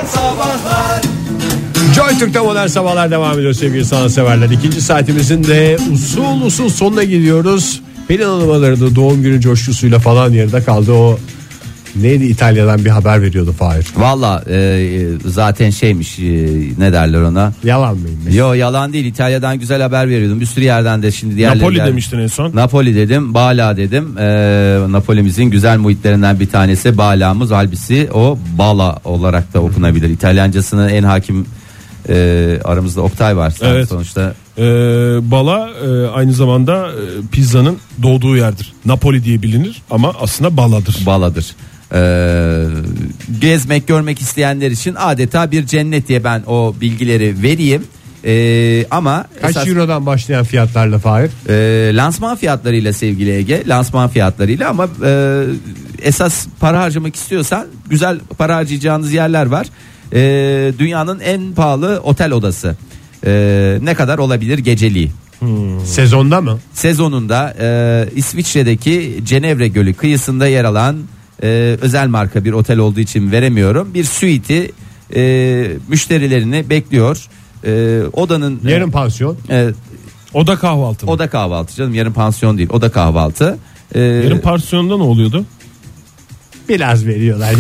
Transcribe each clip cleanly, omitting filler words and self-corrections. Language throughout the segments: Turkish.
Sabahlar. Joy Türk'te modern sabahlar devam ediyor sevgili sanatseverler. İkinci saatimizin de usul sonuna gidiyoruz. Pelin Hanım alırdı doğum günü coşkusuyla falan yarıda kaldı. O neydi, İtalya'dan bir haber veriyordu Fahir. Valla zaten şeymiş, ne derler ona? Yalan mıymış? Yo, yalan değil, İtalya'dan güzel haber veriyordum. Bir sürü yerden de şimdi diğerleri. Napoli demiştin en son. Napoli dedim, Bala dedim. Napoli'mizin güzel muhitlerinden bir tanesi Bala'mız, halbisi o Bala olarak da okunabilir. İtalyancasına en hakim aramızda Oktay var. Evet. Sonuçta. Bala aynı zamanda pizzanın doğduğu yerdir. Napoli diye bilinir ama aslında Bala'dır. Baladır. Gezmek, görmek isteyenler için adeta bir cennet diye ben o bilgileri vereyim. Ama Kaç eurodan başlayan fiyatlarla Fahir? Lansman fiyatlarıyla sevgili Ege, lansman fiyatlarıyla, ama esas para harcamak istiyorsan güzel para harcayacağınız yerler var. Dünyanın en pahalı otel odası. Ne kadar olabilir geceliği? Sezonda mı? Sezonunda İsviçre'deki Cenevre Gölü kıyısında yer alan özel marka bir otel olduğu için veremiyorum. Bir suite'i müşterilerini bekliyor. Odanın Yarım pansiyon. Oda kahvaltı mı? Oda kahvaltı canım, yarım pansiyon değil, oda kahvaltı. Yarım pansiyonda ne oluyordu? Biraz veriyorlar.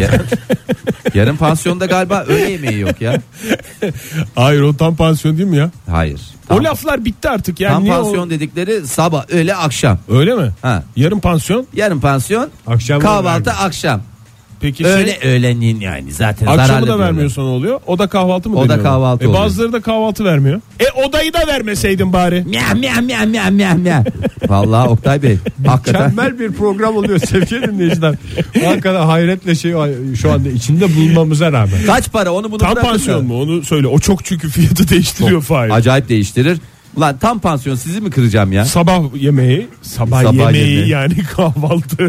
Yarım pansiyonda galiba öğle yemeği yok ya. Hayır, o tam pansiyon değil mi ya? Hayır. O laflar bitti artık yani. Tam pansiyon dedikleri sabah, öğle, akşam. Öyle mi? Ha. Yarım pansiyon. Yarım pansiyon, Akşam kahvaltı akşam. Peki Öğle öğlenliğin yani zaten akşamı zararlı da diyorlar. vermiyorsa ne oluyor? Oda kahvaltı mı Oda deniyor? kahvaltı oluyor. Bazıları da kahvaltı vermiyor. Odayı da vermeseydin bari. Mia. Vallahi Oktay Bey, hakikaten Mükemmel bir program oluyor sevgili dinleyiciler. Hakikaten hayretle şu anda içinde bulunmamıza rağmen. kaç para onu bunu Tam bırakın pansiyon da. mu? Onu söyle. O çok, çünkü fiyatı değiştiriyor Fahir. Acayip değiştirir. Ulan tam pansiyon, sizi mi kıracağım ya? Sabah yemeği, yemeği yani kahvaltı.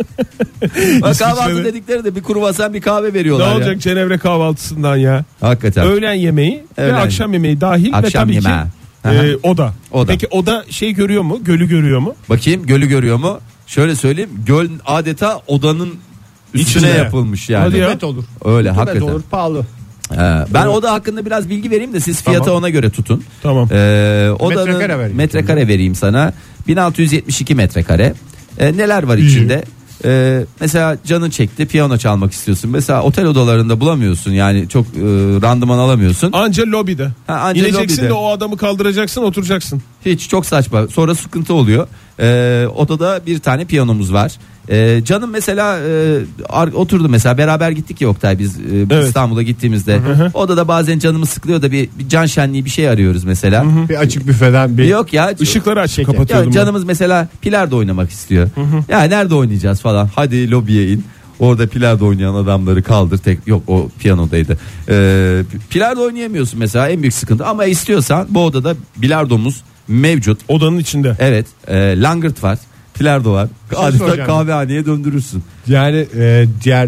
Kahvaltı dedikleri de bir kruvasan, bir kahve Ne veriyorlar ya. olacak Cenevre kahvaltısından ya? Hakikaten. Öğlen yemeği ve Öğlen. akşam yemeği dahil ve Akşam tabii yemeği. ki oda. Oda. Peki oda görüyor mu? Gölü görüyor mu? Bakayım, gölü görüyor mu? Şöyle söyleyeyim, göl adeta odanın üstüne İçine. yapılmış yani. Hadi ya. Hükümet olur. Öyle Hükümet hakikaten. olur, pahalı. Ben oda hakkında biraz bilgi vereyim de siz fiyatı Tamam. ona göre tutun. Tamam. Odanın Metrekare vereyim. metrekare vereyim sana. 1672 metrekare. Neler var içinde? Mesela canın çekti, piyano çalmak istiyorsun. Mesela otel odalarında bulamıyorsun, yani çok randıman alamıyorsun. Anca lobide. Anca İneceksin lobide. de o adamı kaldıracaksın, oturacaksın. Hiç, çok saçma. Sonra sıkıntı oluyor. Odada bir tane piyanomuz var. Canım mesela oturdu, mesela beraber gittik ya Oktay biz Evet. İstanbul'a gittiğimizde. Odada bazen canımız sıkılıyor da bir can şenliği bir şey arıyoruz mesela. Bir açık büfeden bir Yok ya. Işıkları aç, Şeker. kapatıyordum. Ya canımız mesela pilardo oynamak istiyor. Ya nerede oynayacağız falan. Hadi lobiye in. Orada pilardo oynayan adamları kaldır. Yok, o piyanodaydı. Pilardo oynayamıyorsun mesela, en büyük sıkıntı. Ama istiyorsan bu odada bilardomuz mevcut. Odanın içinde. Evet. Langırt var. Pilardo var. Adeta soracağım. kahvehaneye döndürürsün. yani diğer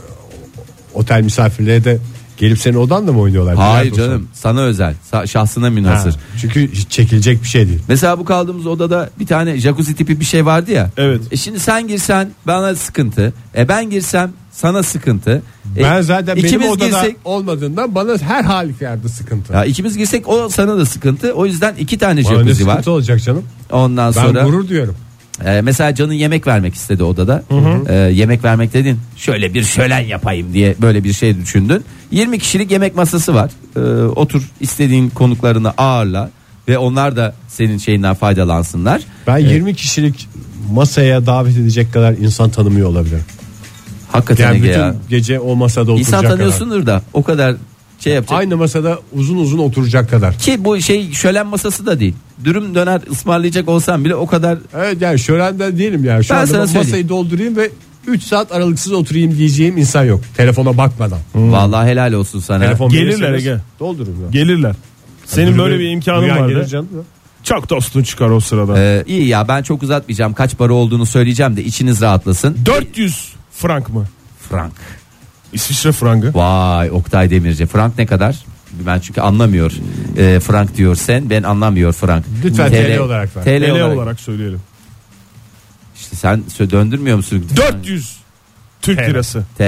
otel misafirleri de gelip senin odan da mı oynuyorlar? Hayır Bilardo canım, sana özel, şahsına Ha, münhasır. çünkü hiç çekilecek bir şey değil. Mesela bu kaldığımız odada bir tane jacuzzi tipi bir şey vardı ya. Evet. Şimdi sen girsen bana sıkıntı. Ben girsem sana sıkıntı. Ben zaten benim ikimiz odada girsek, olmadığından bana her halükarda sıkıntı. ya ikimiz girsek o sana da sıkıntı. O yüzden 2 tane Bana ne jacuzzi var. sıkıntı olacak canım? Ondan Ben sonra gurur duyuyorum. mesela canın yemek vermek istedi odada. Yemek vermek dedin, şöyle bir şölen yapayım diye böyle bir şey düşündün. 20 kişilik yemek masası var. Otur, istediğin konuklarını ağırla ve onlar da senin şeyinden faydalansınlar. Ben 20 kişilik masaya davet edecek kadar insan tanımıyor olabilirim. Hakikaten Yani Ege bütün ya. gece o masada oturacak İnsan kadar. tanıyorsundur da o kadar şey yapacak. Aynı masada uzun uzun oturacak kadar. Ki bu şey şölen masası da değil. Dürüm döner ısmarlayacak olsam bile o kadar. Evet, yani şölenden değilim yani. Şu Ben anda sana masayı söyleyeyim. doldurayım ve 3 saat aralıksız oturayım diyeceğim insan yok. Telefona bakmadan. Vallahi helal olsun sana. Telefon Gelirler verirseniz Ege. doldurun ya. Gelirler. Senin Dur, böyle bir imkanın Rüya vardı. gelir canım ya. Çok dostun çıkar o sırada. İyi ya, ben çok uzatmayacağım. Kaç para olduğunu söyleyeceğim de içiniz rahatlasın. 400 frank mı? Frank. İsviçre frangı. Vay Oktay Demirci. Frank ne kadar? Ben çünkü anlamıyor. Frank diyor sen, ben anlamıyor frank. Lütfen TL olarak ver. TL TL olarak. olarak söyleyelim. İşte sen döndürmüyor musun? 400 Türk TL. lirası. TL.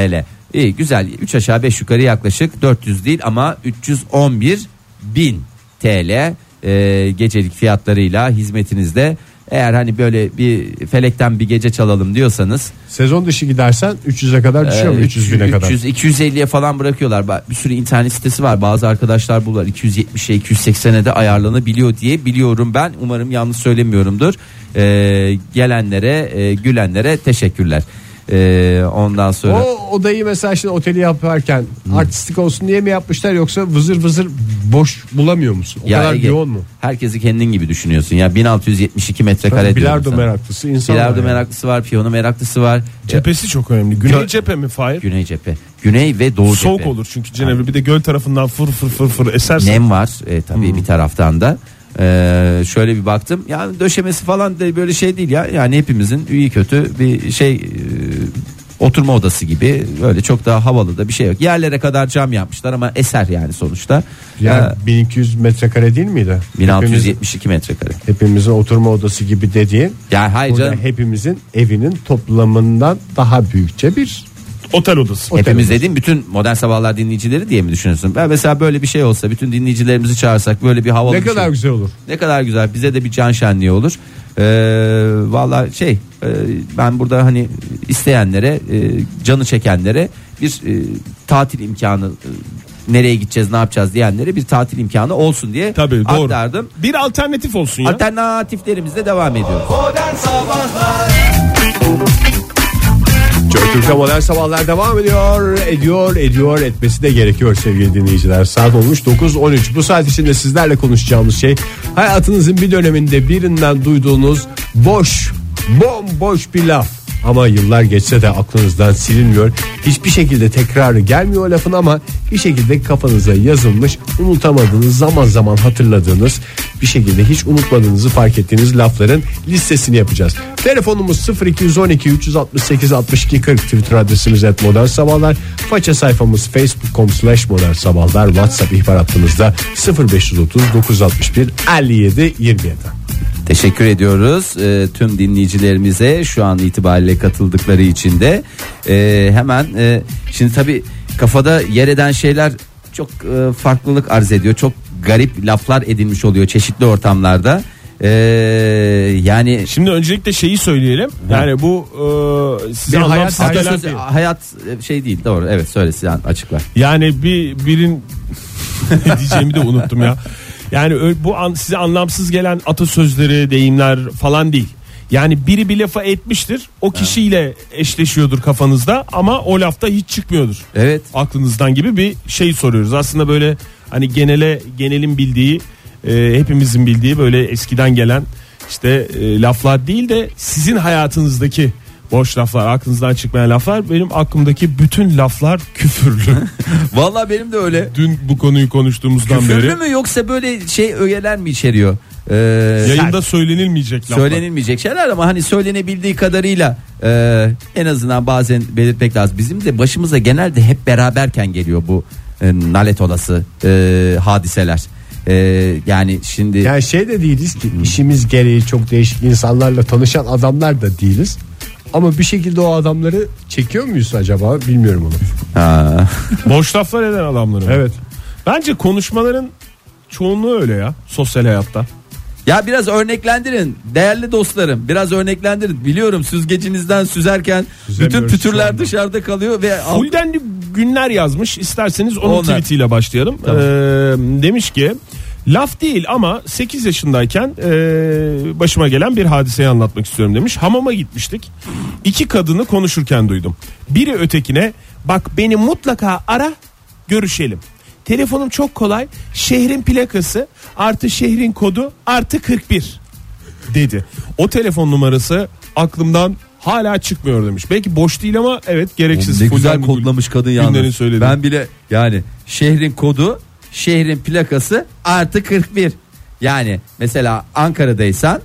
İyi güzel 3 aşağı 5 yukarı yaklaşık 400 değil ama 311.000 TL gecelik fiyatlarıyla hizmetinizde. Eğer hani böyle bir felekten bir gece çalalım diyorsanız Sezon dışı gidersen 300'e kadar düşüyor mu? 300 bine kadar. 250'ye falan bırakıyorlar. Bir sürü internet sitesi var. Bazı arkadaşlar bunlar 270'e 280'e de ayarlanabiliyor diye biliyorum ben. Umarım yanlış söylemiyorumdur. Gelenlere gülenlere teşekkürler. Ondan sonra O odayı mesela şimdi oteli yaparken artistik olsun diye mi yapmışlar yoksa vızır vızır boş bulamıyor musun? O kadar Ege, yoğun mu? herkesi kendin gibi düşünüyorsun ya 1672 metrekare Bilardo meraklısı insan bilardo var meraklısı var, piyano meraklısı var. Cephesi çok önemli. Güney cephe mi Fahir? Güney cephe. Güney ve doğu Soğuk cephe. olur çünkü Cenevre bir de göl tarafından fır eserse. Nem var tabii bir taraftan da. Şöyle bir baktım yani döşemesi falan da böyle şey değil ya yani hepimizin iyi kötü bir şey oturma odası gibi öyle çok daha havalı da bir şey yok. Yerlere kadar cam yapmışlar ama eser yani sonuçta. Yani 1200 metrekare değil miydi? 1672 metrekare. Hepimizin oturma odası gibi dediğin. Yani hayır Burada canım. hepimizin evinin toplamından daha büyükçe bir Otel odası. Hepimiz dediğim bütün Modern Sabahlar dinleyicileri diye mi düşünüyorsun? Ben mesela böyle bir şey olsa bütün dinleyicilerimizi çağırsak böyle bir havalı ne bir kadar şey. güzel olur. Ne kadar güzel bize de bir can şenliği olur. Vallahi ben burada hani isteyenlere canı çekenlere bir tatil imkanı nereye gideceğiz ne yapacağız diyenlere bir tatil imkanı olsun diye Tabii, doğru. aktardım. Bir alternatif olsun ya. Alternatiflerimizle devam ediyoruz. Modern Sabahlar Türk'te Modern Sabahlar devam ediyor etmesi de gerekiyor sevgili dinleyiciler. Saat olmuş 9:13. Bu saat içinde sizlerle konuşacağımız şey hayatınızın bir döneminde birinden duyduğunuz bomboş bir laf. Ama yıllar geçse de aklınızdan silinmiyor. Hiçbir şekilde tekrarı gelmiyor o lafın ama bir şekilde kafanıza yazılmış, unutamadığınız, zaman zaman hatırladığınız, bir şekilde hiç unutmadığınızı fark ettiğiniz lafların listesini yapacağız. Telefonumuz 0212 368 62 40, Twitter adresimiz @modernsabahlar, faça sayfamız facebook.com/modernsabahlar, WhatsApp ihbar hattımızda 0530 961 57 27. Teşekkür ediyoruz tüm dinleyicilerimize şu an itibariyle katıldıkları için de. Hemen şimdi tabii kafada yer eden şeyler çok farklılık arz ediyor. Çok garip laflar edilmiş oluyor çeşitli ortamlarda. Yani Şimdi öncelikle şeyi söyleyelim. Yani bu size Bir anlamsız hayat gelen atasözü, hayat şey değil doğru evet söyle Sinan açıkla. yani birin ne diyeceğimi de unuttum ya. Yani bu size anlamsız gelen atasözleri, deyimler falan değil. Yani biri bir lafa etmiştir. O kişiyle eşleşiyordur kafanızda ama o lafta hiç çıkmıyordur. Evet. Aklınızdan gibi bir şey soruyoruz. Aslında böyle hani genelin bildiği, hepimizin bildiği böyle eskiden gelen işte laflar değil de sizin hayatınızdaki boş laflar, aklınızdan çıkmayan laflar. Benim aklımdaki bütün laflar küfürlü. Vallahi benim de öyle. Dün bu konuyu konuştuğumuzdan Küfürlü beri. mü yoksa böyle ögeler mi içeriyor? Yayında söylenilmeyecek laflar. Söylenilmeyecek şeyler ama hani söylenebildiği kadarıyla en azından bazen belirtmek lazım. Bizim de başımıza genelde hep beraberken geliyor bu nalet olası hadiseler. Yani şimdi Yani şey de değiliz ki işimiz gereği çok değişik insanlarla tanışan adamlar da değiliz. Ama bir şekilde o adamları çekiyor muyuz acaba bilmiyorum onu. Boş laflar eden adamları. Evet. Bence konuşmaların çoğunluğu öyle ya sosyal hayatta. ya biraz örneklendirin değerli dostlarım biraz örneklendirin. Biliyorum süzgecinizden süzerken bütün Süzemiyoruz şu pütürler anda. dışarıda kalıyor ve Fuldenli Günler yazmış. İsterseniz onun Onlar. tweetiyle başlayalım. Demiş ki laf değil ama 8 yaşındayken başıma gelen bir hadiseyi anlatmak istiyorum demiş. Hamama gitmiştik. 2 kadını konuşurken duydum. Biri ötekine bak beni mutlaka ara görüşelim. Telefonum çok kolay. Şehrin plakası artı şehrin kodu artı 41 dedi. O telefon numarası aklımdan hala çıkmıyor demiş. Belki boş değil ama evet gereksiz. ne güzel Fulden kodlamış kadın Günler'in yalnız. söylediği. Ben bile yani şehrin kodu, şehrin plakası artı 41. Yani mesela Ankara'daysan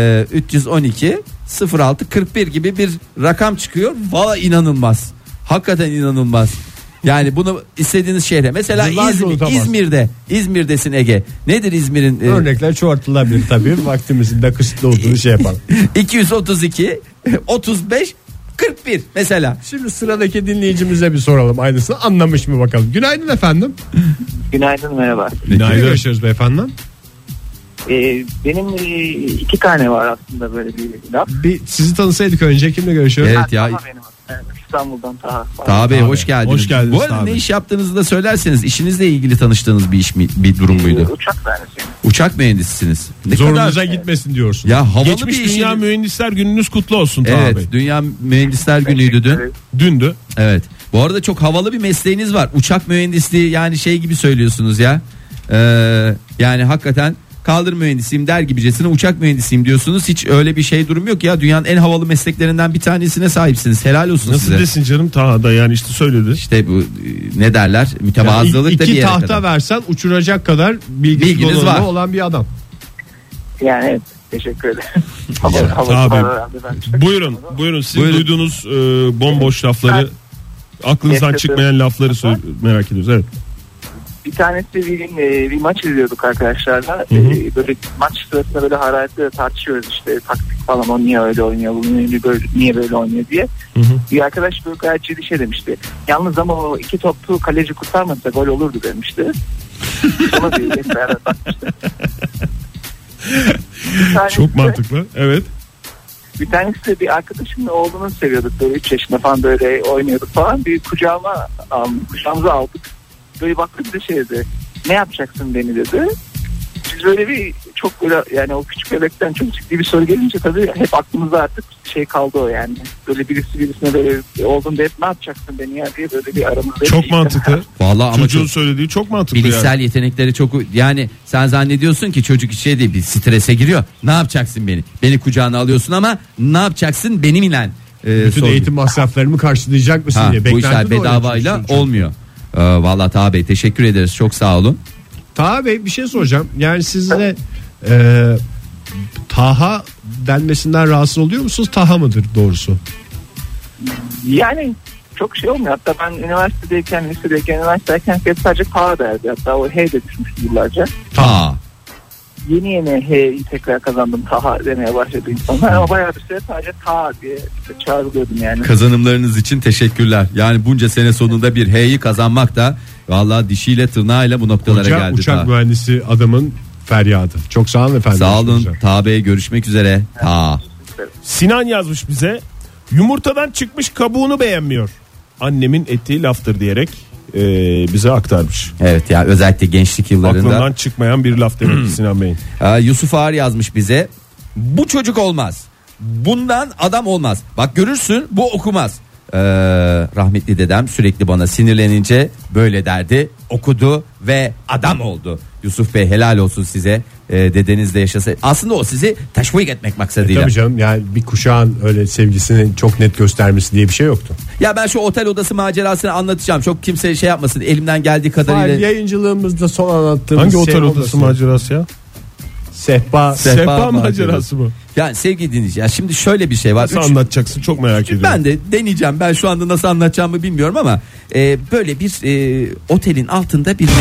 312 06 41 gibi bir rakam çıkıyor. Valla inanılmaz. Hakikaten inanılmaz. Yani bunu istediğiniz şehre mesela Yıllarca unutamaz. İzmir'desin Ege. Nedir İzmir'in Örnekler çoğaltılabilir tabii. Vaktimizin de kısıtlı olduğunu şey yapalım. 232 35 41 mesela. Şimdi sıradaki dinleyicimize bir soralım aynısını, anlamış mı bakalım. Günaydın efendim. Günaydın, merhaba. Kimle görüşüyoruz beyefendi? Benim 2 tane var aslında böyle bir laf. Bir sizi tanısaydık önce, kimle görüşüyoruz? Evet ya. Taha benim. Evet, İstanbul'dan Taha. Taha Bey, hoş geldiniz. Hoş geldiniz Bu arada Taha ne Bey. iş yaptığınızı da söylerseniz, işinizle ilgili tanıştığınız bir iş mi, bir durum muydu? Uçak mühendisiyim. Uçak mühendisisiniz. Ne Zorunuza kadar gitmesin diyorsun. ya havalı Geçmiş bir Dünya işiniz. Mühendisler Gününüz kutlu olsun Taha Evet, Bey. Dünya Mühendisler Günü'ydü dün. Evet. Dündü. Evet. Bu arada çok havalı bir mesleğiniz var. Uçak mühendisliği, yani şey gibi söylüyorsunuz ya. Yani hakikaten kaldır mühendisiyim der gibicesine uçak mühendisiyim diyorsunuz. Hiç öyle bir şey durum yok ya. Dünyanın en havalı mesleklerinden bir tanesine sahipsiniz. Helal olsun Nasıl size. desin canım, Taha da yani işte söyledi. İşte bu ne derler? Mütevazılık da bir İki yere tahta kadar. versen uçuracak kadar Bilginiz donanımı var. olan bir adam. Yani evet, teşekkür ederim. Taha Bey. herhalde ben. Buyurun siz Buyurun. duyduğunuz bomboş lafları, aklınızdan Yaşadım. çıkmayan lafları merak ediyoruz. Evet. Bir tanesi bir maç izliyorduk arkadaşlarla. Böyle maç sırasında böyle hararetle tartışıyoruz işte, taktik falan, o niye öyle oynuyor, bu niye böyle oynuyor diye. Bir arkadaş böyle gayet ciddi şey demişti. Yalnız ama o 2 topu kaleci kurtarmasa gol olurdu demişti. Ona bir beraber bakmıştı. Çok mantıklı. Evet. Bir tanesi de bir arkadaşımın oğlunu seviyorduk, böyle 3 yaşında falan böyle oynuyorduk falan, bir kucağımıza aldık. Böyle baktık da şey dedi, ne yapacaksın beni dedi. Biz böyle bir çok böyle, yani o küçük bebekten çok ciddi bir soru gelince tabii hep aklımızda artık şey kaldı o yani. Böyle birisine böyle olduğunda hep ne yapacaksın beni ya diye böyle bir aramızda. Çok mantıklı. Vallahi ama Çocuğun çok söylediği çok mantıklı bilişsel yani. yetenekleri çok, yani sen zannediyorsun ki çocuk şey değil, bir strese giriyor. Ne yapacaksın beni? Beni kucağına alıyorsun ama ne yapacaksın benim ile? Bütün eğitim masraflarımı karşılayacak mısın diye. Bu işler Beklenti de bedavayla oynatıyorsun. olmuyor. Vallahi Taha Bey teşekkür ederiz. Çok sağ olun. Taha Bey, bir şey soracağım. Yani size Taha denmesinden rahatsız oluyor musunuz? Taha mıdır doğrusu? Yani çok şey olmuyor. Hatta ben üniversitedeyken, üniversitedeyken hep sadece Taha derdi. Hatta o H de düşmüştü yıllarca. Taha. Yeni H'yi tekrar kazandım, Taha demeye başladı insanlar, ama bayağı bir süre sadece Taha diye çağrılıyordum yani. Kazanımlarınız için teşekkürler. Yani bunca sene sonunda bir H'yi kazanmak da vallahi dişiyle tırnağıyla bu noktalara geldi. Uçak Taha. mühendisi adamın feryadı. Çok sağ olun efendim. Sağ olun Taha Bey, görüşmek üzere. Taha. Sinan yazmış bize. Yumurtadan çıkmış kabuğunu beğenmiyor. Annemin ettiği laftır diyerek bize aktarmış. Evet ya, özellikle gençlik yıllarında. Aklından çıkmayan bir laf demek ki Sinan Bey'in. Yusuf Ağar yazmış bize. Bu çocuk olmaz. Bundan adam olmaz. Bak görürsün bu okumaz. Rahmetli dedem sürekli bana sinirlenince böyle derdi. Okudu ve adam oldu. Yusuf Bey helal olsun size. Dedeniz de yaşasa. Aslında o sizi teşvik etmek maksadıyla. Tabii canım, yani bir kuşağın öyle sevgisini çok net göstermesi diye bir şey yoktu. Ya ben şu otel odası macerasını anlatacağım. Çok kimse şey yapmasın. Elimden geldiği kadarıyla. Yayıncılığımızda son anlattığımız Hangi şey otel odası macerası ya? Sehpa. Sehpa macerası mı? Yani sevgili dinleyici, ya şimdi şöyle bir şey var. Nasıl anlatacaksın, çok merak ediyorum. Ben de deneyeceğim. Ben şu anda nasıl anlatacağımı bilmiyorum ama böyle bir otelin altında bir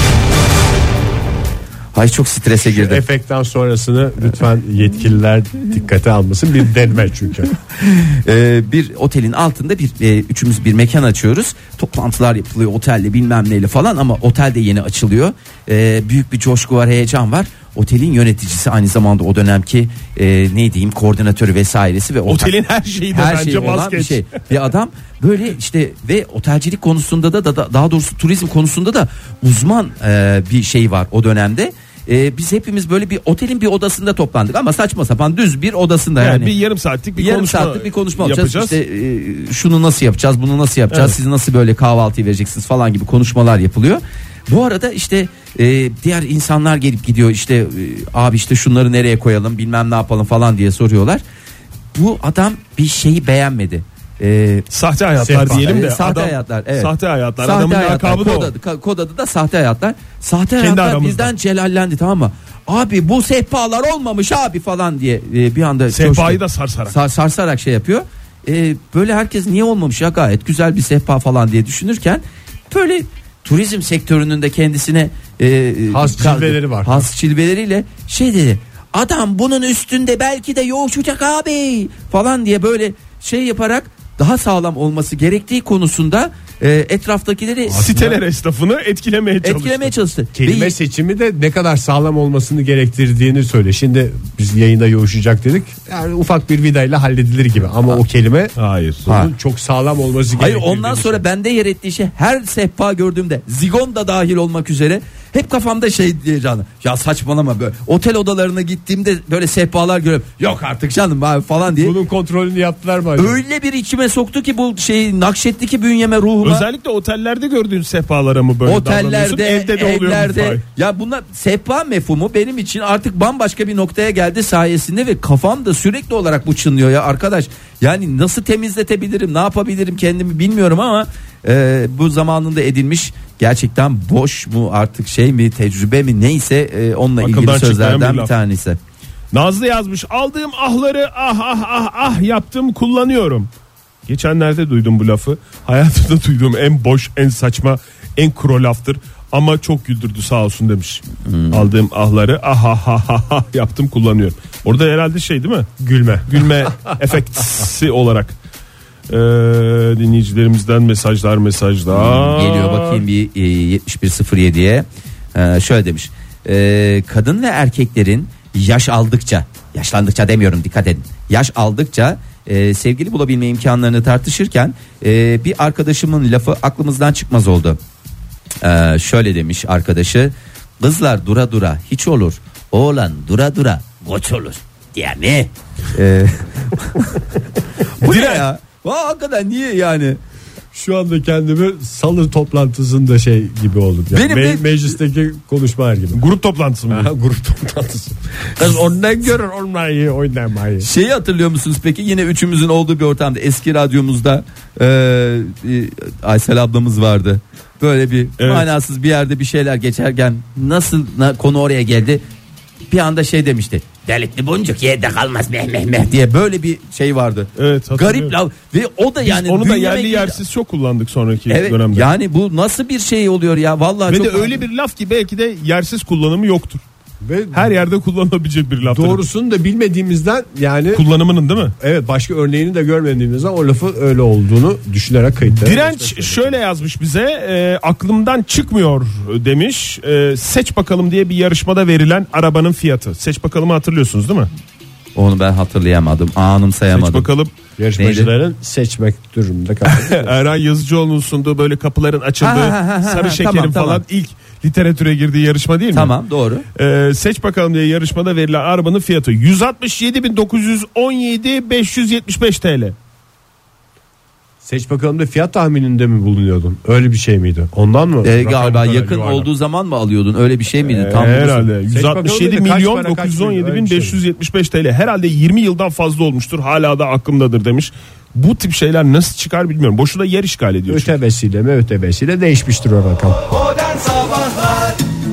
Ay çok strese girdim. Efektten sonrasını lütfen yetkililer dikkate almasın, bir denme çünkü. Bir otelin altında üçümüz bir mekan açıyoruz. Toplantılar yapılıyor otelde bilmem neyle falan, ama otel de yeni açılıyor. Büyük bir coşku var, heyecan var. Otelin yöneticisi aynı zamanda o dönemki ne diyeyim koordinatörü vesairesi ve otelin her şeyi de bence şey olan vazgeç. bir şey. Bir adam böyle işte, ve otelcilik konusunda da daha doğrusu turizm konusunda da uzman bir şey var o dönemde. Biz hepimiz böyle bir otelin bir odasında toplandık, ama saçma sapan düz bir odasında yani. Bir yarım saatlik bir konuşma yapacağız. İşte şunu nasıl yapacağız, bunu nasıl yapacağız, siz nasıl böyle kahvaltıyı vereceksiniz falan gibi konuşmalar yapılıyor. Bu arada işte diğer insanlar gelip gidiyor, işte abi işte şunları nereye koyalım, bilmem ne yapalım falan diye soruyorlar. Bu adam bir şeyi beğenmedi. Sahte hayatlar diyelim de. Sahte hayatlar, evet. Sahte hayatlar. Sahte Adamın hayatlar, lakabı da o. kod adı da sahte hayatlar. Sahte hayatlar aramızda. bizden celallendi, tamam mı? Abi bu sehpalar olmamış abi falan diye bir anda sehpayı da sarsarak. Sarsarak şey yapıyor. Böyle herkes niye olmamış ya, gayet güzel bir sehpa falan diye düşünürken böyle turizm sektörünün de kendisine has cilveleri var. Has cilveleriyle şey dedi. Adam bunun üstünde belki de yoğuşacak abi falan diye böyle şey yaparak daha sağlam olması gerektiği konusunda etraftakileri siteler esnafını etkilemeye çalıştı. Kelime seçimi de ne kadar sağlam olmasını gerektirdiğini söyle. Şimdi biz yayında yoğuşacak dedik. Yani ufak bir vidayla halledilir gibi ama o kelime onun çok sağlam olması gerekiyor. Hayır, ondan sonra bende yer ettiği şey, her sehpa gördüğümde zigon da dahil olmak üzere hep kafamda şey diyeceğim. Ya saçmalama, böyle otel odalarına gittiğimde böyle sehpalar görüp yok artık canım abi falan diye. Bunun kontrolünü yaptılar mı acaba? Öyle bir içime soktu ki bu şeyi, nakşetti ki bünyeme, ruhuma. Özellikle otellerde gördüğün sehpalara mı böyle davranıyorsun? Evde de oluyor mu? Ya bunlar, sehpa mefhumu benim için artık bambaşka bir noktaya geldi sayesinde ve kafamda sürekli olarak bu çınlıyor ya arkadaş. Yani nasıl temizletebilirim, ne yapabilirim kendimi bilmiyorum ama bu zamanında edilmiş gerçekten boş mu artık, şey mi, tecrübe mi, neyse onunla akıldan ilgili sözlerden bir bir tanesi. Nazlı yazmış, aldığım ahları yaptım, kullanıyorum. Geçenlerde duydum bu lafı. Hayatımda duyduğum en boş, en saçma, en kro laftır. Ama çok güldürdü sağ olsun demiş. Aldığım ahları yaptım, kullanıyorum. Orada herhalde şey değil mi? Gülme efektsi olarak. Dinleyicilerimizden mesajlar. Geliyor bakayım bir 7107'ye. Şöyle demiş. Kadın ve erkeklerin yaşlandıkça demiyorum, dikkat edin. Yaş aldıkça sevgili bulabilme imkanlarını tartışırken bir arkadaşımın lafı aklımızdan çıkmaz oldu. Şöyle demiş arkadaşı: kızlar dura dura hiç olur, oğlan dura dura koç olur. Yani bu ne ya? Hakikaten niye yani? Şu anda kendimi salı toplantısında şey gibi oldum. Yani meclisteki konuşmalar gibi. Grup toplantısı mı? Grup toplantısı. Kız ondan görür olmayı oynamayı. Şeyi hatırlıyor musunuz peki? Yine üçümüzün olduğu bir ortamda, eski radyomuzda Aysel ablamız vardı. Böyle bir manasız bir yerde bir şeyler geçerken nasıl konu oraya geldi? Bir anda şey demişti. Delikli boncuk yerde kalmaz meh diye böyle bir şey vardı. Evet, garip lav ve o da yani onu da yerli yersiz çok kullandık sonraki dönemde. Yani bu nasıl bir şey oluyor ya vallahi. Ve de öyle bir laf ki belki de yersiz kullanımı yoktur. Ve her yerde kullanılabilecek bir laf. Doğrusunu da bilmediğimizden, yani kullanımının değil mi? Evet, başka örneğini de görmediğimizden o lafın öyle olduğunu düşünerek kayıtlara. Direnç şöyle yazmış bize, aklımdan çıkmıyor demiş. Seç bakalım diye bir yarışmada verilen arabanın fiyatı. Seç bakalımı hatırlıyorsunuz değil mi? Onu ben hatırlayamadım, anımsayamadım. Seç bakalım. Yarışmacıların seçmek durumunda kaldı. Erhan Yazıcıoğlu'nun sunduğu böyle kapıların açıldığı sarı şekerin falan ilk literatüre girdiği yarışma değil mi? Tamam, doğru. Seç bakalım diye yarışmada verilen arabanın fiyatı 167.917.575 TL. Seç bakalım da fiyat tahmininde mi bulunuyordun? Öyle bir şey miydi? Ondan mı? Galiba yakın olduğu zaman mı alıyordun? Öyle bir şey miydi? Tam herhalde 167.917.575 TL. Herhalde 20 yıldan fazla olmuştur. Hala da aklımdadır demiş. Bu tip şeyler nasıl çıkar bilmiyorum. Boşuna yer işgal ediyor. Ötebesiyle değişmiştir o rakam. Modern Sabahlar.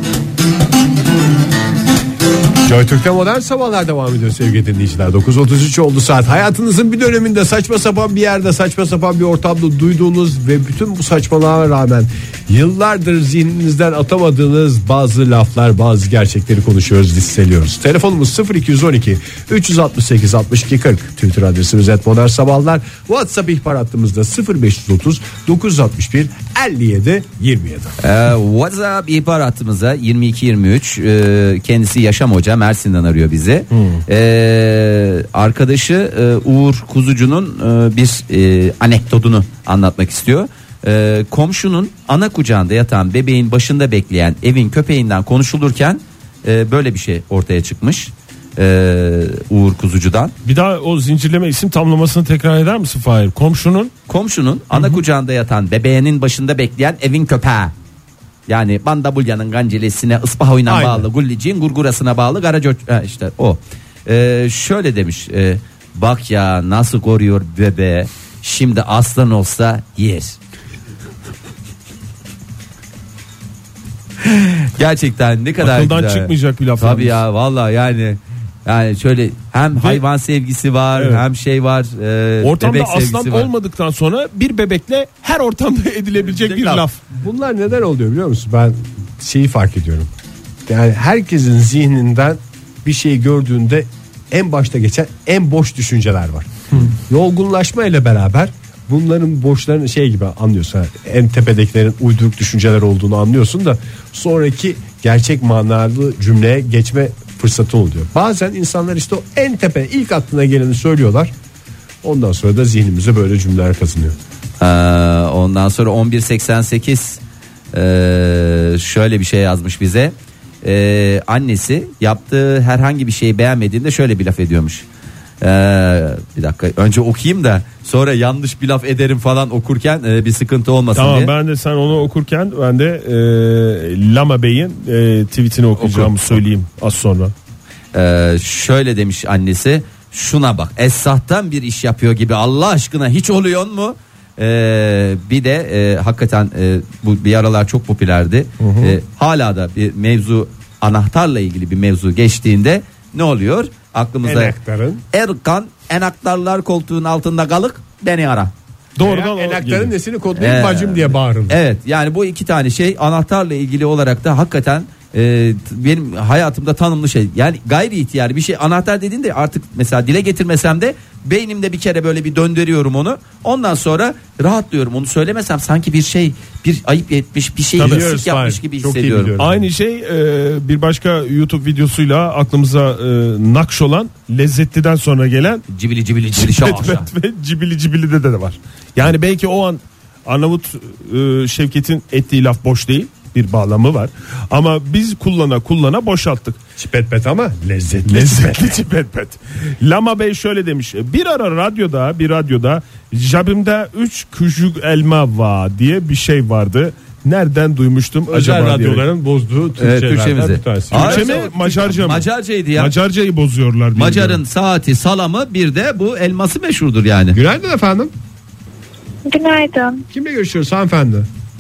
Joy Türk'te modern sabahlar devam ediyor sevgili dinleyiciler. 9.33 oldu saat. Hayatınızın bir döneminde saçma sapan bir yerde, saçma sapan bir ortamda duyduğunuz ve bütün bu saçmalığa rağmen yıllardır zihninizden atamadığınız bazı laflar, bazı gerçekleri konuşuyoruz, listeliyoruz. Telefonumuz 0212 368 62 40. Twitter adresimiz @modernsabahlar. WhatsApp ihbar hattımızda 0530 961 57 27. WhatsApp ihbar hattımıza 2223. Kendisi Yaşam Hoca, Mersin'den arıyor bizi. Arkadaşı Uğur Kuzucu'nun bir anekdotunu anlatmak istiyor. Komşunun ana kucağında yatan bebeğin başında bekleyen evin köpeğinden konuşulurken böyle bir şey ortaya çıkmış. Uğur Kuzucu'dan. Bir daha o zincirleme isim tamlamasını tekrar eder misin Fahir? Komşunun ana kucağında yatan bebeğinin başında bekleyen evin köpeği. Yani Bandabulyanın gancilesine ıspahoyla bağlı, gulliciğin gurgurasına bağlı garacoç, işte o. Şöyle demiş, bak ya nasıl koruyor bebeği, şimdi aslan olsa yer. Gerçekten ne kadar akıldan güzel. Çıkmayacak bir laf. Tabii ya vallahi yani şöyle hem hayvan sevgisi var, hem şey var. Ortamda aslan olmadıktan sonra bir bebekle her ortamda edilebilecek bir laf. Bunlar neden oluyor biliyor musun? Ben şeyi fark ediyorum. Yani herkesin zihninden bir şey gördüğünde en başta geçen en boş düşünceler var. Yorgunlaşma ile beraber bunların boşların şey gibi anlıyorsun. En tepedekilerin uyduruk düşünceler olduğunu anlıyorsun da sonraki gerçek manalı cümleye geçme fırsatı oluyor. Bazen insanlar işte o en tepe ilk aklına geleni söylüyorlar. Ondan sonra da zihnimize böyle cümleler kazınıyor. Ondan sonra 1188 şöyle bir şey yazmış bize. Annesi yaptığı herhangi bir şeyi beğenmediğinde şöyle bir laf ediyormuş. Bir dakika önce okuyayım da sonra yanlış bir laf ederim falan okurken bir sıkıntı olmasın tamam, diye. Ben de sen onu okurken ben de Lama Bey'in tweetini okuyacağımı söyleyeyim az sonra. Şöyle demiş annesi, şuna bak Esah'tan bir iş yapıyor gibi, Allah aşkına hiç oluyor mu? Bir de hakikaten bu bir aralar çok popülerdi. Hala da bir mevzu, anahtarla ilgili bir mevzu geçtiğinde ne oluyor? Aklımıza Enaktarın. Erkan enaktarlar koltuğun altında kalık, beni ara. Doğrudan enaktarın nesini kodlayıp bacım diye bağırın. Evet, yani bu iki tane şey anahtarla ilgili olarak da hakikaten benim hayatımda tanımlı şey. Yani gayri ihtiyari bir şey, anahtar dediğinde artık mesela dile getirmesem de beynimde bir kere böyle bir döndürüyorum onu. Ondan sonra rahatlıyorum. Onu söylemesem sanki bir şey, bir ayıp etmiş, bir şey eksik yapmış gibi hissediyorum. Aynı şey bir başka YouTube videosuyla aklımıza nakş olan Lezzetli'den sonra gelen Cibili cibili cibili şaşa ve Cibili Cibili'de de var. Yani belki o an Arnavut Şevket'in ettiği laf boş değil, bir bağlamı var. Ama biz kullana boşalttık. Çipet ama lezzetli çipet. Lama Bey şöyle demiş. Bir ara radyoda cebimde 3 küçük elma var diye bir şey vardı. Nereden duymuştum özel acaba? Radyoların bozduğu Türkçelerden bir tanesi. Türkçe mi, Macarca mı? Macarcaydı ya. Macarcayı bozuyorlar. Macar'ın saati, salamı, bir de bu elması meşhurdur yani. Günaydın efendim. Günaydın. Kimle görüşüyoruz hanımefendi?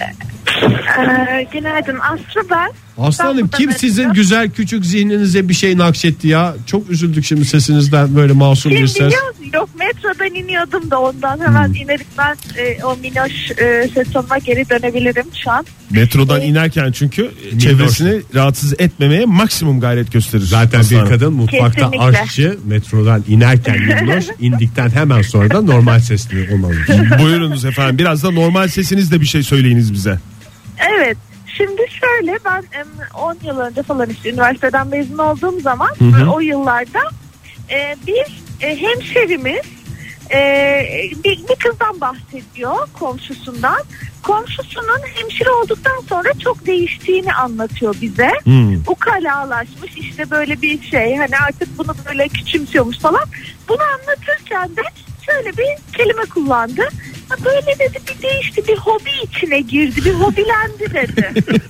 Günaydın, Aslı ben. Aslı Hanım, kim sizin güzel küçük zihninize bir şey nakşetti ya? Çok üzüldük şimdi sesinizden, böyle masum bir ses. Yok, metrodan iniyordum da ondan hemen inerek ben o minnoş ses tonuna geri dönebilirim şu an. Metrodan inerken çünkü çevresini rahatsız etmemeye maksimum gayret gösterir. Zaten Aslı bir Hanım. kadın mutfakta Kesinlikle. aşçı, metrodan inerken minnoş, indikten hemen sonra da normal sesli olmalı. Buyurunuz efendim, biraz da normal sesinizle bir şey söyleyiniz bize. Evet. Şimdi şöyle, ben 10 yıl önce falan işte üniversiteden mezun olduğum zaman o yıllarda bir hemşerimiz bir kızdan bahsediyor, komşusundan. Komşusunun hemşire olduktan sonra çok değiştiğini anlatıyor bize. Ukalalaşmış, işte böyle bir şey, hani artık bunu böyle küçümsüyormuş falan. Bunu anlatırken de şöyle bir kelime kullandı. Böyle dedi, bir değişti, bir hobi içine girdi, bir hobilendi dedi.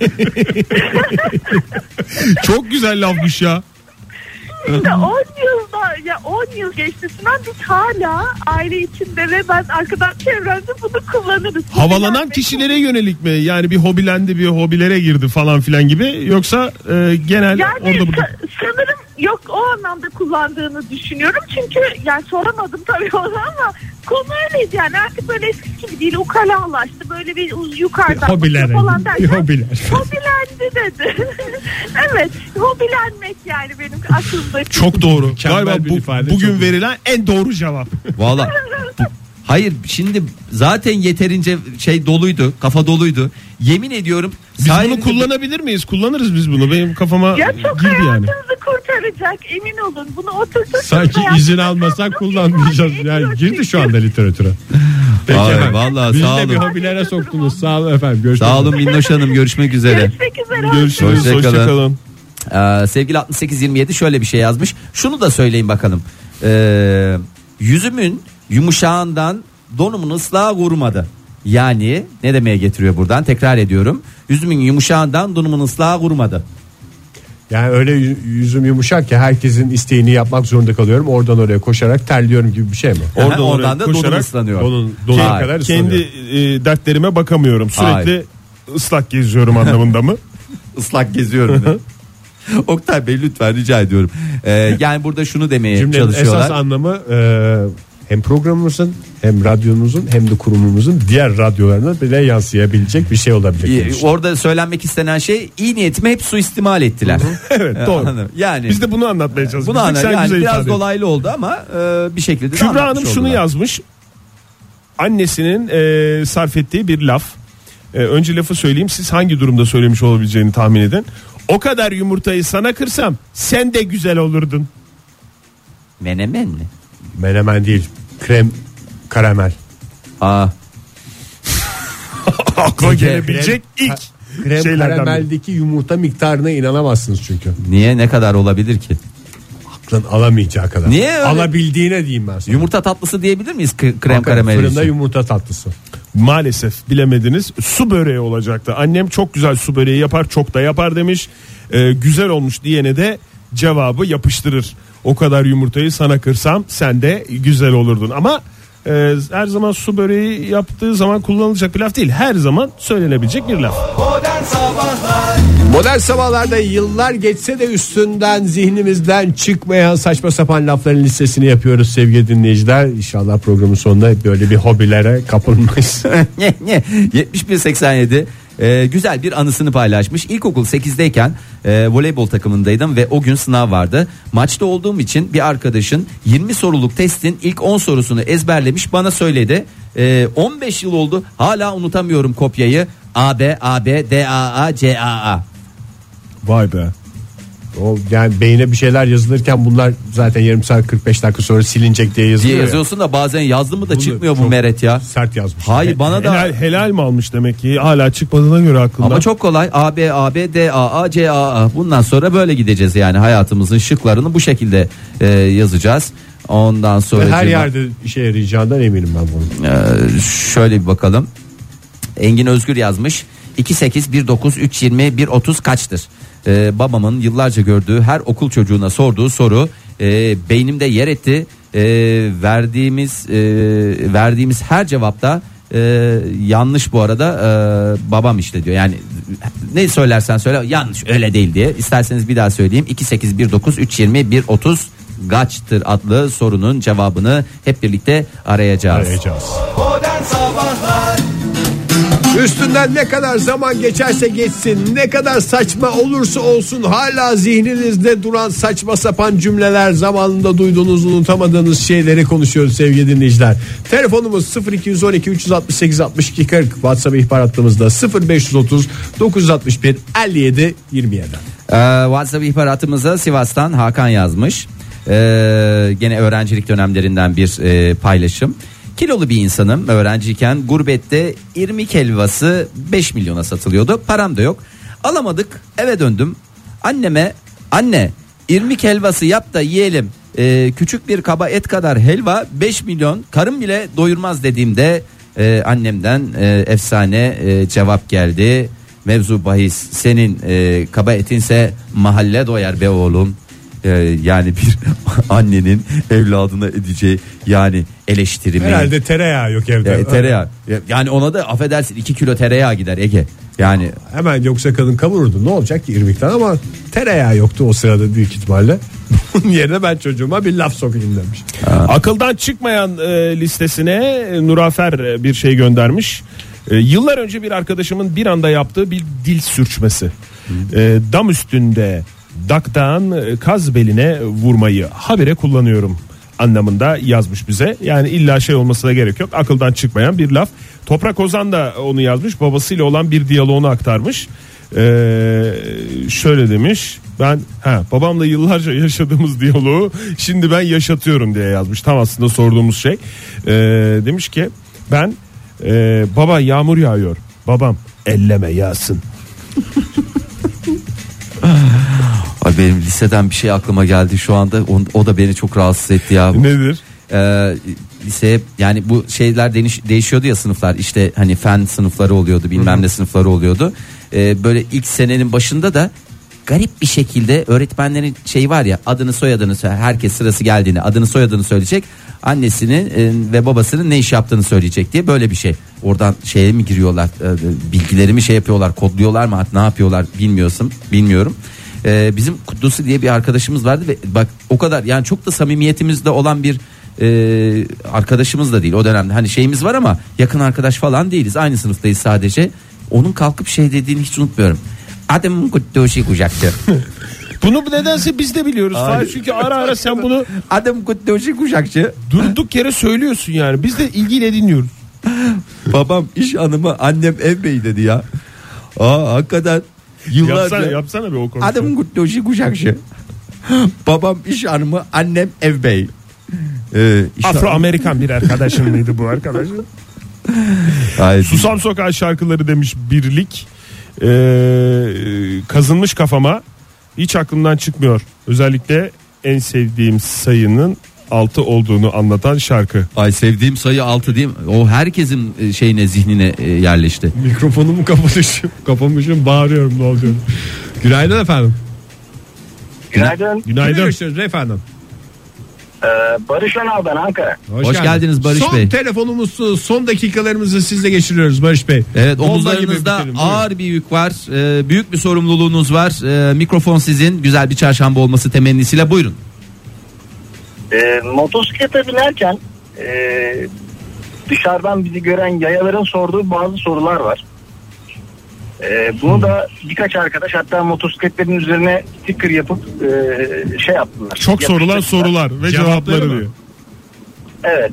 Çok güzel lafmış ya. İşte 10 yıl geçtisinden biz hala aile içinde ve ben arkadaş çevremde bunu kullanırız. Havalanan kişilere yönelik mi? Yani bir hobilendi, bir hobilere girdi falan filan gibi, yoksa genel yani orada burada. Sanırım yok, o anlamda kullandığını düşünüyorum. Çünkü yani soramadım tabii onu ama konu öyleydi yani, artık böyle eskisi gibi değil, ukalalaştı, böyle bir yukarıdan Hobiler falan derken hobilendi dedi. Evet, hobilenmek yani benim aklımda. Çok doğru. Mükemmel Galiba bir ifade, bugün çok verilen en doğru cevap. Vallahi. Hayır, şimdi zaten yeterince şey doluydu, kafa doluydu. Yemin ediyorum. Biz bunu kullanabilir miyiz? Kullanırız biz bunu. Benim kafama Ya çok girdi yani. hayatınızı kurtaracak, emin olun. Bunu oturtursunuz. Sanki izin almasak kullanmayacağız. Yani girdi şu anda literatüre. Peki Ay, efendim. vallahi Bizi sağ de bir olun. hobilere soktunuz. Sağ olun efendim. Görüşmek Sağ olun Minnoş Hanım, görüşmek üzere. Görüşmek üzere. Görüşürüz. Hoşçakalın. Hoşçakalın. Sevgili 6827 şöyle bir şey yazmış. Şunu da söyleyin bakalım. Yüzümün yumuşağından donumun ıslahı kurumadı. Yani ne demeye getiriyor buradan? Tekrar ediyorum. Yüzümün yumuşağından donumun ıslahı kurumadı. Yani öyle yüzüm yumuşak ki herkesin isteğini yapmak zorunda kalıyorum. Oradan oraya koşarak terliyorum gibi bir şey mi? Oradan da donum koşarak ıslanıyor. Donuna Hayır. kadar ıslanıyor. Kendi dertlerime bakamıyorum. Sürekli Hayır. ıslak geziyorum anlamında mı? Islak geziyorum. Oktay Bey lütfen rica ediyorum. Yani burada şunu demeye Cümlenin çalışıyorlar. esas anlamı hem programımızın hem radyomuzun hem de kurumumuzun diğer radyolarına bile yansıyabilecek bir şey olabilir. Orada söylenmek istenen şey, iyi niyetimi hep suistimal ettiler. Evet, doğru. Anladım. Yani Biz de bunu anlatmaya çalıştık. bunu Sen yani güzel biraz ifade et. dolaylı oldu ama bir şekilde de Kübra anlatmış Hanım şunu oldular. yazmış. annesinin sarf ettiği bir laf. Önce lafı söyleyeyim, siz hangi durumda söylemiş olabileceğini tahmin edin. O kadar yumurtayı sana kırsam sen de güzel olurdun. Menemen mi? Menemen değil, krem karamel. Akla gelebilecek ilk Krem şeylerden karameldeki yumurta miktarına inanamazsınız çünkü. Niye, ne kadar olabilir ki? Aklın alamayacağı kadar. Niye öyle? Alabildiğine diyeyim ben sana. Yumurta tatlısı diyebilir miyiz krem Hakikaten karameli fırında için? yumurta tatlısı. Maalesef bilemediniz, su böreği olacaktı. Annem çok güzel su böreği yapar, çok da yapar demiş. Güzel olmuş diyene de cevabı yapıştırır. O kadar yumurtayı sana kırsam sen de güzel olurdun. Ama her zaman su böreği yaptığı zaman kullanılacak bir laf değil. Her zaman söylenebilecek bir laf. Modern Sabahlar Modern sabahlarda yıllar geçse de üstünden zihnimizden çıkmayan saçma sapan lafların listesini yapıyoruz sevgili dinleyiciler. İnşallah programın sonunda böyle bir hobilere kapılmayız. 7187 güzel bir anısını paylaşmış. İlkokul 8'deyken voleybol takımındaydım ve o gün sınav vardı. Maçta olduğum için bir arkadaşın 20 soruluk testin ilk 10 sorusunu ezberlemiş, bana söyledi. 15 yıl oldu, hala unutamıyorum kopyayı. AB, AB, DAA, CAA. Vay be. O yani beyine bir şeyler yazılırken bunlar zaten yarım saat 45 dakika sonra silinecek diye yazılıyor. diye yazıyorsun da bazen yazdı mı da Bunu çıkmıyor bu çok meret ya. Sert yazmış. Hayır, bana da Helal mi almış demek ki, hala çıkmadığına göre aklından. ama çok kolay. AB, AB, DAA, CAA. Bundan sonra böyle gideceğiz yani, hayatımızın şıklarını bu şekilde yazacağız. Ondan sonra her yerde işe yarayacağından eminim ben bunun. şöyle bir bakalım. Engin Özgür yazmış. 28, 19, 3, 20, 1, 30 kaçtır? Babamın yıllarca gördüğü her okul çocuğuna sorduğu soru beynimde yer etti. Verdiğimiz her cevapta yanlış bu arada, babam işte diyor. Yani ne söylersen söyle yanlış, öyle değil diye. İsterseniz bir daha söyleyeyim. 2, 8, 1, 9, 3, 20, 1, 30 kaçtır adlı sorunun cevabını hep birlikte arayacağız. Modern Sabahlar Üstünden ne kadar zaman geçerse geçsin, ne kadar saçma olursa olsun hala zihninizde duran saçma sapan cümleler, zamanında duyduğunuz, unutamadığınız şeyleri konuşuyoruz sevgili dinleyiciler. Telefonumuz 0212 368 62 40, WhatsApp ihbar hattımızda 0530 961 57 27. WhatsApp ihbaratımıza Sivas'tan Hakan yazmış. Gene öğrencilik dönemlerinden bir paylaşım. Kilolu bir insanım, öğrenciyken gurbette irmik helvası 5 milyona satılıyordu, param da yok, alamadık, eve döndüm, anneme anne irmik helvası yap da yiyelim, küçük bir kaba et kadar helva 5 milyon, karım bile doyurmaz dediğimde annemden efsane cevap geldi. Mevzu bahis senin kaba etinse mahalle doyar be oğlum. Yani bir annenin evladına edeceği yani eleştirimi. Herhalde tereyağı yok evde. Tereyağı. Yani ona da affedersin 2 kilo tereyağı gider Ege. Yani hemen, yoksa kadın kavururdu, ne olacak ki irmikten, ama tereyağı yoktu o sırada büyük ihtimalle. Bunun yerine ben çocuğuma bir laf sokayım demiş. Akıldan çıkmayan listesine Nurafer bir şey göndermiş. Yıllar önce bir arkadaşımın bir anda yaptığı bir dil sürçmesi. Dam üstünde daktan kaz beline vurmayı habire kullanıyorum anlamında yazmış bize. Yani illa şey olmasına gerek yok. Akıldan çıkmayan bir laf. Toprak Ozan da onu yazmış. Babasıyla olan bir diyaloğunu aktarmış. Şöyle demiş. Babamla yıllarca yaşadığımız diyaloğu şimdi ben yaşatıyorum diye yazmış. Tam aslında sorduğumuz şey. Demiş ki ben baba yağmur yağıyor. Babam elleme yağsın. Ay, benim liseden bir şey aklıma geldi şu anda, o da beni çok rahatsız etti ya. Nedir? Lise, yani bu şeyler değişiyordu ya, sınıflar işte, hani fen sınıfları oluyordu, bilmem ne sınıfları oluyordu. Böyle ilk senenin başında da garip bir şekilde öğretmenlerin şeyi var ya, adını soyadını, herkes sırası geldiğinde adını soyadını söyleyecek, annesinin ve babasının ne iş yaptığını söyleyecek diye, böyle bir şey. Oradan şeye mi giriyorlar, bilgilerimi şey yapıyorlar, kodluyorlar mı, ne yapıyorlar bilmiyorum. Bizim Kuddusi diye bir arkadaşımız vardı ve bak o kadar, yani çok da samimiyetimizde olan bir arkadaşımız da değil o dönemde, hani şeyimiz var ama yakın arkadaş falan değiliz, aynı sınıftayız sadece. Onun kalkıp şey dediğini hiç unutmuyorum. Adım Kuddusi Kuşakçı. Bunu nedense biz de biliyoruz. Çünkü ara sen bunu Adım Kuddusi Kuşakçı durduk yere söylüyorsun yani. Biz de ilgiyle dinliyoruz. Babam iş hanımı, annem ev beyi dedi ya. Hakikaten yıllarca. Yapsana bir o konuşma. Adım Kutluşi Kuşakşı. Babam iş hanımı, annem ev bey. Afro-Amerikan bir arkadaşın mıydı bu arkadaşın? Susam Sokağı şarkıları demiş birlik. Kazınmış kafama, hiç aklımdan çıkmıyor. Özellikle en sevdiğim sayının 6 olduğunu anlatan şarkı. Ay sevdiğim sayı 6 değil mi? O herkesin şeyine, zihnine yerleşti. Mikrofonumu kapamışım, bağırıyorum ne oluyor. Günaydın efendim. Günaydın. Günaydın. Görüşürüz efendim. Barış Önal ben, Ankara. Hoş geldiniz Barış Bey. Bey. Son telefonumuzu, son dakikalarımızı sizle geçiriyoruz Barış Bey. Evet, omuzlarınızda ağır bir yük var. Büyük bir sorumluluğunuz var. Mikrofon sizin. Güzel bir çarşamba olması temennisiyle buyurun. Motosiklete binerken dışarıdan bizi gören yayaların sorduğu bazı sorular var. Bunu da birkaç arkadaş hatta motosikletlerin üzerine sticker yapıp şey yaptılar. Çok sorulan sorular ve cevapları diyor. Evet.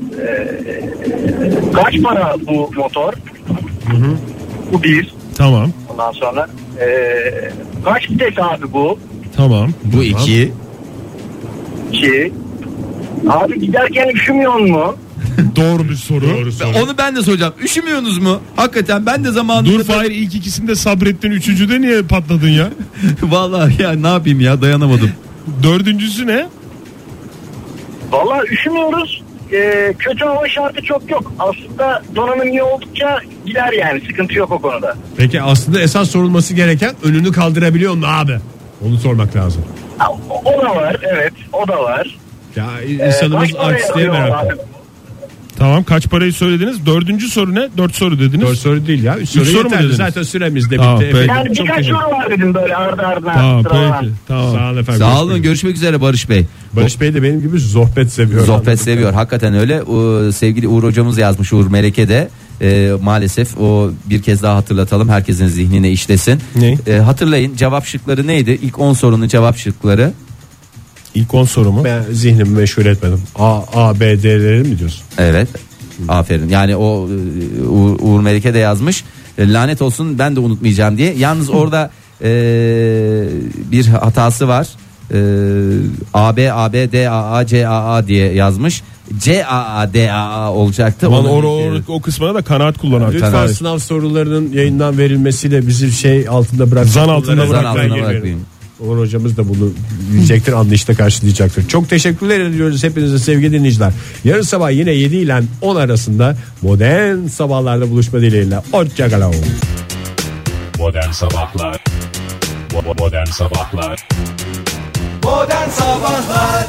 Kaç para bu motor? Hı. Bu bir. Tamam. Ondan sonra kaç vites abi bu? Tamam. Bu 2. 2. Abi giderken üşümüyor mu? Doğru bir soru. Onu ben de soracağım. Üşümüyorsunuz mu? Hakikaten ben de zamanında... Dur Fahir, ilk ikisinde sabrettin, üçüncüde niye patladın ya? Vallahi ya ne yapayım ya, dayanamadım. Dördüncüsü ne? Vallahi üşümüyoruz. Kötü hava şartı çok yok. Aslında donanım iyi oldukça gider yani, sıkıntı yok o konuda. Peki aslında esas sorulması gereken önünü kaldırabiliyor mu abi? Onu sormak lazım. O da var, evet, o da var. Ya insanımız artistliğe meraklı. Tamam, kaç parayı söylediniz? Dördüncü soru ne? 4 soru dediniz. 4 soru değil ya. 3 soru soru mu yeterli. dediniz? Zaten süremiz de Tamam, bitti. peki. Yani birkaç soru var dedim böyle ardı ardına. Tamam peki. Tamam. Sağ olun efendim. Sağ olun, görüşmek üzere Barış Bey. Barış Bey de benim gibi sohbet seviyor. Sohbet seviyor, hakikaten öyle. Sevgili Uğur hocamız yazmış, Uğur Meleke de. Maalesef o bir kez daha hatırlatalım, herkesin zihnine işlesin. Ne? Hatırlayın, cevap şıkları neydi? İlk 10 sorunun cevap şıkları. İlk 10 soru mu? Ben zihnimi meşgul etmedim. A, B, D'leri mi diyorsun? Evet. Aferin. Yani o Uğur Melike de yazmış. Lanet olsun, ben de unutmayacağım diye. Yalnız orada bir hatası var. A, B, D, A, C, A diye yazmış. C, A, D, A olacaktı. O kısmına da kanaat kullanır. Lütfen sınav sorularının yayından verilmesiyle bizi altında bırak. Zan altında bırakmayın. Uğur hocamız da bunu bilecektir, anlayışla karşılayacaktır. Çok teşekkürler ediyoruz hepinize sevgili dinleyiciler. Yarın sabah yine 7 ile 10 arasında Modern Sabahlar'da buluşma dileğiyle. Hoşçakalın. Modern Sabahlar. Modern Sabahlar. Modern Sabahlar